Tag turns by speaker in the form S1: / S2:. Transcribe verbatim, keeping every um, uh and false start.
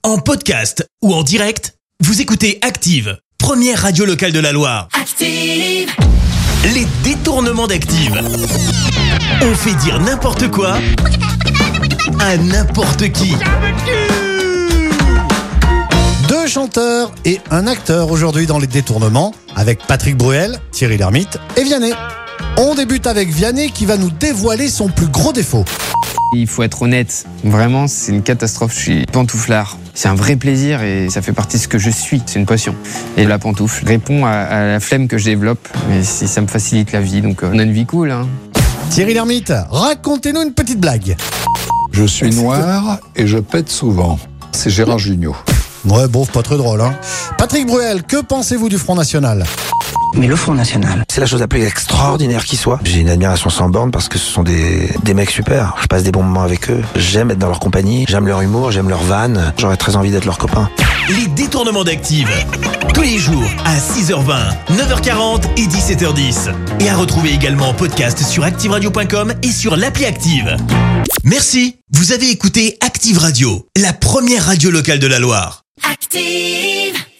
S1: En podcast ou en direct, vous écoutez Active, première radio locale de la Loire. Active! Les détournements d'Active. On fait dire n'importe quoi à n'importe qui.
S2: Deux chanteurs et un acteur aujourd'hui dans les détournements, avec Patrick Bruel, Thierry Lhermitte et Vianney. On débute avec Vianney qui va nous dévoiler son plus gros défaut.
S3: Il faut être honnête, vraiment c'est une catastrophe, je suis pantouflard. C'est un vrai plaisir et ça fait partie de ce que je suis, c'est une passion. Et la pantoufle répond à, à la flemme que je développe, mais si ça me facilite la vie, donc on a une vie cool. Hein.
S2: Thierry Lhermitte, racontez-nous une petite blague.
S4: Je suis noir et je pète souvent. C'est Gérard Jugnot.
S2: Ouais, bon, pas très drôle, hein. Patrick Bruel, que pensez-vous du Front National ?
S5: Mais le Front National, c'est la chose la plus extraordinaire qui soit. J'ai une admiration sans borne parce que ce sont des, des mecs super. Je passe des bons moments avec eux. J'aime être dans leur compagnie. J'aime leur humour, j'aime leur vanne. J'aurais très envie d'être leur copain.
S1: Les détournements d'Active. Tous les jours à six heures vingt, neuf heures quarante et dix-sept heures dix. Et à retrouver également en podcast sur active radio point com et sur l'appli Active. Merci. Vous avez écouté Active Radio, la première radio locale de la Loire. Active!